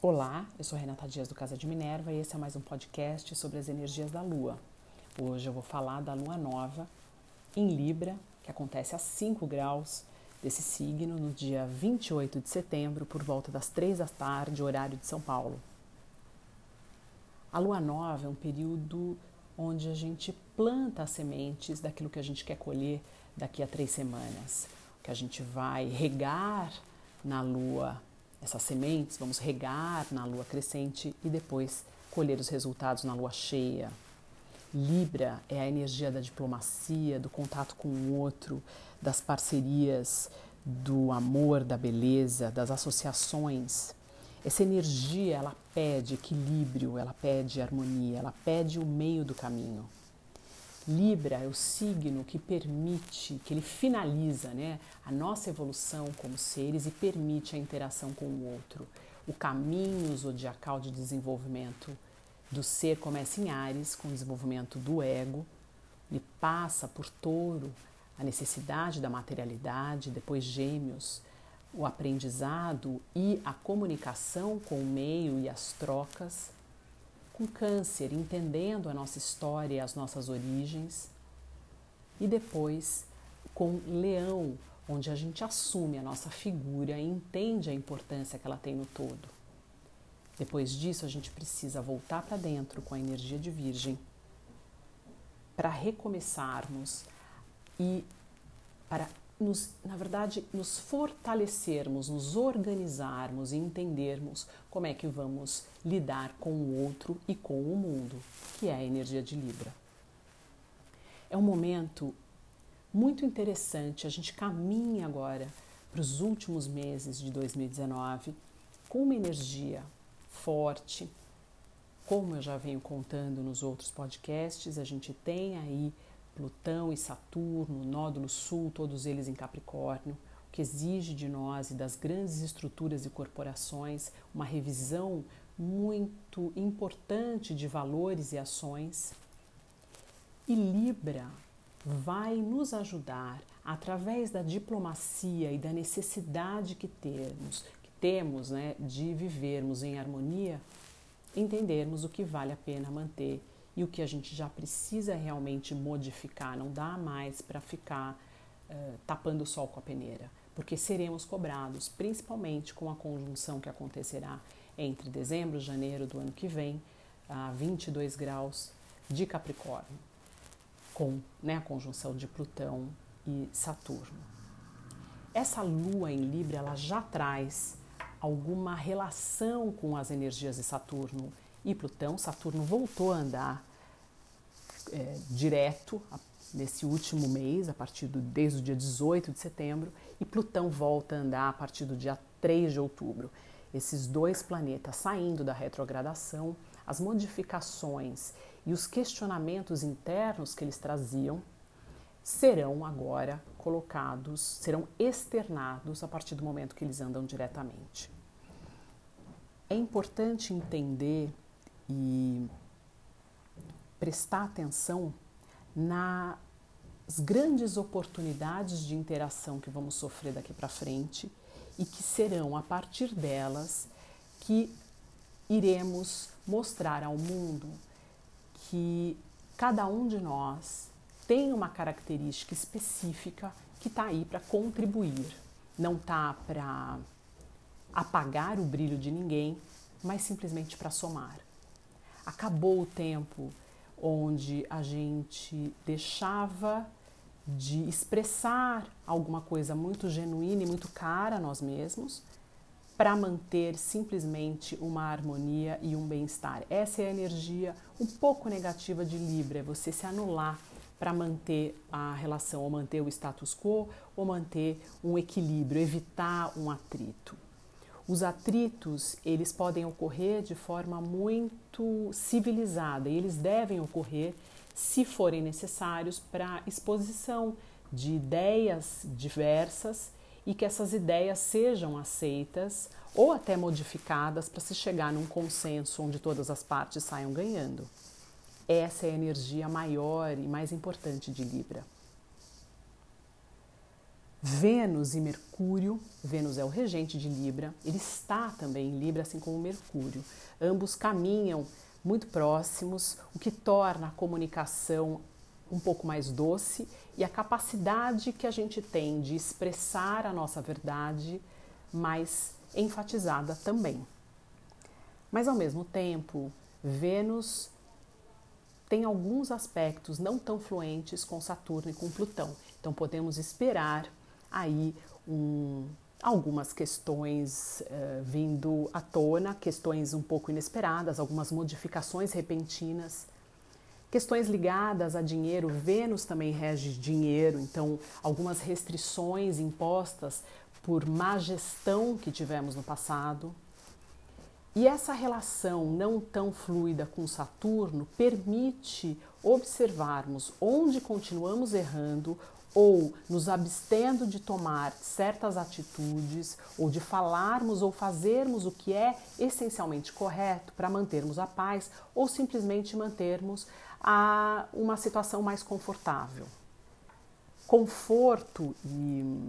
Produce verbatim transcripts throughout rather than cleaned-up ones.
Olá, eu sou Renata Dias do Casa de Minerva e esse é mais um podcast sobre as energias da Lua. Hoje eu vou falar da Lua Nova em Libra, que acontece a cinco graus desse signo no dia vinte e oito de setembro, por volta das três da tarde, horário de São Paulo. A Lua Nova é um período onde a gente planta as sementes daquilo que a gente quer colher daqui a três semanas, que a gente vai regar na Lua essas sementes, vamos regar na lua crescente e depois colher os resultados na lua cheia. Libra é a energia da diplomacia, do contato com o outro, das parcerias, do amor, da beleza, das associações. Essa energia, ela pede equilíbrio, ela pede harmonia, ela pede o meio do caminho. Libra é o signo que permite, que ele finaliza, né, a nossa evolução como seres e permite a interação com o outro. O caminho zodiacal de desenvolvimento do ser começa em Áries, com o desenvolvimento do ego, e passa por Touro, a necessidade da materialidade, depois Gêmeos, o aprendizado e a comunicação com o meio e as trocas, com Câncer, entendendo a nossa história e as nossas origens, e depois com Leão, onde a gente assume a nossa figura e entende a importância que ela tem no todo. Depois disso, a gente precisa voltar para dentro com a energia de Virgem para recomeçarmos e para, nos, na verdade, nos fortalecermos, nos organizarmos e entendermos como é que vamos lidar com o outro e com o mundo, que é a energia de Libra. É um momento muito interessante, a gente caminha agora para os últimos meses de dois mil e dezenove com uma energia forte. Como eu já venho contando nos outros podcasts, a gente tem aí Plutão e Saturno, nódulo sul, todos eles em Capricórnio, o que exige de nós e das grandes estruturas e corporações uma revisão muito importante de valores e ações. E Libra vai nos ajudar, através da diplomacia e da necessidade que temos, que temos, né, de vivermos em harmonia, entendermos o que vale a pena manter e o que a gente já precisa realmente modificar. Não dá mais para ficar uh, tapando o sol com a peneira, porque seremos cobrados, principalmente com a conjunção que acontecerá entre dezembro e janeiro do ano que vem, a vinte e dois graus de Capricórnio, com, né, a conjunção de Plutão e Saturno. Essa lua em Libra, ela já traz alguma relação com as energias de Saturno e Plutão. Saturno voltou a andar é, direto a, nesse último mês, a partir do, desde o dia dezoito de setembro, e Plutão volta a andar a partir do dia três de outubro. Esses dois planetas saindo da retrogradação, as modificações e os questionamentos internos que eles traziam serão agora colocados, serão externados a partir do momento que eles andam diretamente. É importante entender e prestar atenção nas grandes oportunidades de interação que vamos sofrer daqui para frente e que serão a partir delas que iremos mostrar ao mundo que cada um de nós tem uma característica específica que está aí para contribuir, não está para apagar o brilho de ninguém, mas simplesmente para somar. Acabou o tempo onde a gente deixava de expressar alguma coisa muito genuína e muito cara a nós mesmos para manter simplesmente uma harmonia e um bem-estar. Essa é a energia um pouco negativa de Libra, é você se anular para manter a relação, ou manter o status quo, ou manter um equilíbrio, evitar um atrito. Os atritos, eles podem ocorrer de forma muito civilizada e eles devem ocorrer se forem necessários para exposição de ideias diversas e que essas ideias sejam aceitas ou até modificadas para se chegar num consenso onde todas as partes saiam ganhando. Essa é a energia maior e mais importante de Libra. Vênus e Mercúrio, Vênus é o regente de Libra, ele está também em Libra, assim como Mercúrio. Ambos caminham muito próximos, o que torna a comunicação um pouco mais doce e a capacidade que a gente tem de expressar a nossa verdade mais enfatizada também. Mas ao mesmo tempo, Vênus tem alguns aspectos não tão fluentes com Saturno e com Plutão. Então podemos esperar aí um, algumas questões uh, vindo à tona, questões um pouco inesperadas, algumas modificações repentinas, questões ligadas a dinheiro. Vênus também rege dinheiro, então algumas restrições impostas por má gestão que tivemos no passado. E essa relação não tão fluida com Saturno permite observarmos onde continuamos errando ou nos abstendo de tomar certas atitudes ou de falarmos ou fazermos o que é essencialmente correto para mantermos a paz ou simplesmente mantermos a uma situação mais confortável. Conforto e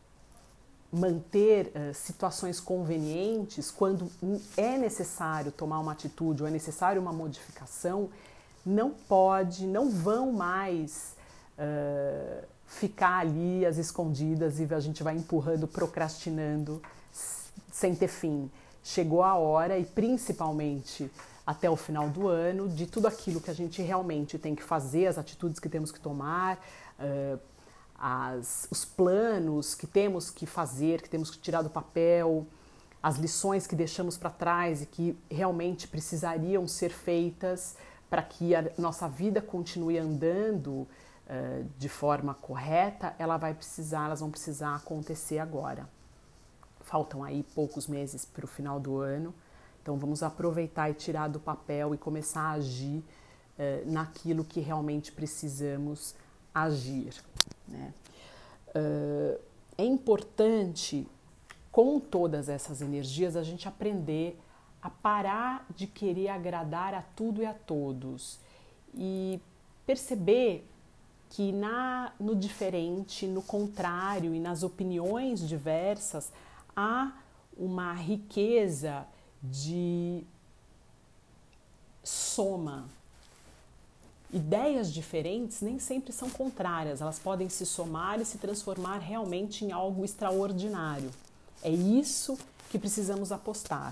manter uh, situações convenientes quando é necessário tomar uma atitude ou é necessário uma modificação, não pode, não vão mais uh, ficar ali às escondidas e a gente vai empurrando, procrastinando sem ter fim. Chegou a hora, e principalmente até o final do ano, de tudo aquilo que a gente realmente tem que fazer, as atitudes que temos que tomar, uh, As, os planos que temos que fazer, que temos que tirar do papel, as lições que deixamos para trás e que realmente precisariam ser feitas para que a nossa vida continue andando uh, de forma correta, ela vai precisar, elas vão precisar acontecer agora. Faltam aí poucos meses para o final do ano, então vamos aproveitar e tirar do papel e começar a agir uh, naquilo que realmente precisamos agir. Né? Uh, é importante, com todas essas energias, a gente aprender a parar de querer agradar a tudo e a todos e perceber que na, no diferente, no contrário e nas opiniões diversas há uma riqueza de soma. Ideias diferentes nem sempre são contrárias, elas podem se somar e se transformar realmente em algo extraordinário. É isso que precisamos apostar.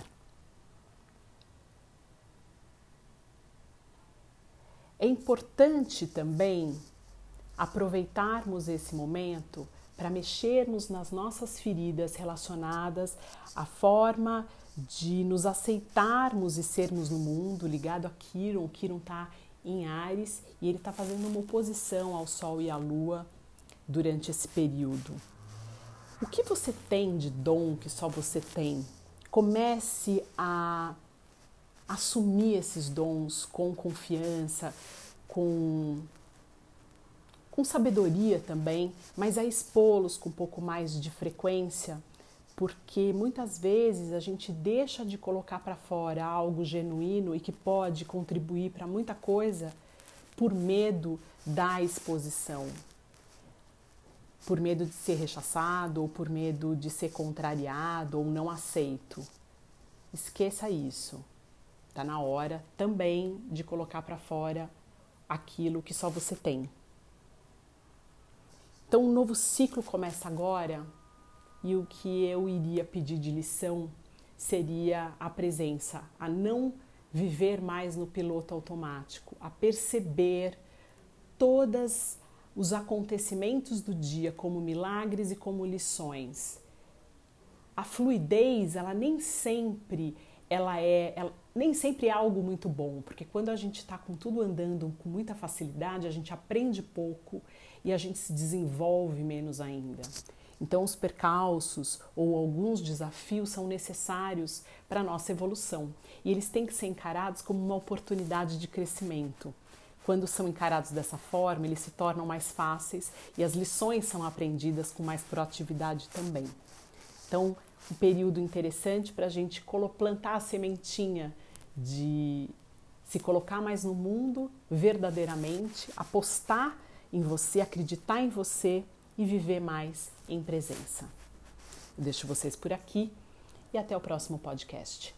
É importante também aproveitarmos esse momento para mexermos nas nossas feridas relacionadas à forma de nos aceitarmos e sermos no mundo, ligado a Quiron. O Quiron está em Áries e ele está fazendo uma oposição ao Sol e à Lua durante esse período. O que você tem de dom que só você tem? Comece a assumir esses dons com confiança, com, com sabedoria também, mas a expô-los com um pouco mais de frequência, porque muitas vezes a gente deixa de colocar para fora algo genuíno e que pode contribuir para muita coisa por medo da exposição, por medo de ser rechaçado ou por medo de ser contrariado ou não aceito. Esqueça isso. Está na hora também de colocar para fora aquilo que só você tem. Então, um novo ciclo começa agora. E o que eu iria pedir de lição seria a presença, a não viver mais no piloto automático, a perceber todos os acontecimentos do dia como milagres e como lições. A fluidez, ela nem sempre ela é, ela, nem sempre é algo muito bom, porque quando a gente está com tudo andando com muita facilidade, a gente aprende pouco e a gente se desenvolve menos ainda. Então, os percalços ou alguns desafios são necessários para a nossa evolução e eles têm que ser encarados como uma oportunidade de crescimento. Quando são encarados dessa forma, eles se tornam mais fáceis e as lições são aprendidas com mais proatividade também. Então, um período interessante para a gente plantar a sementinha de se colocar mais no mundo verdadeiramente, apostar em você, acreditar em você, e viver mais em presença. Eu deixo vocês por aqui e até o próximo podcast.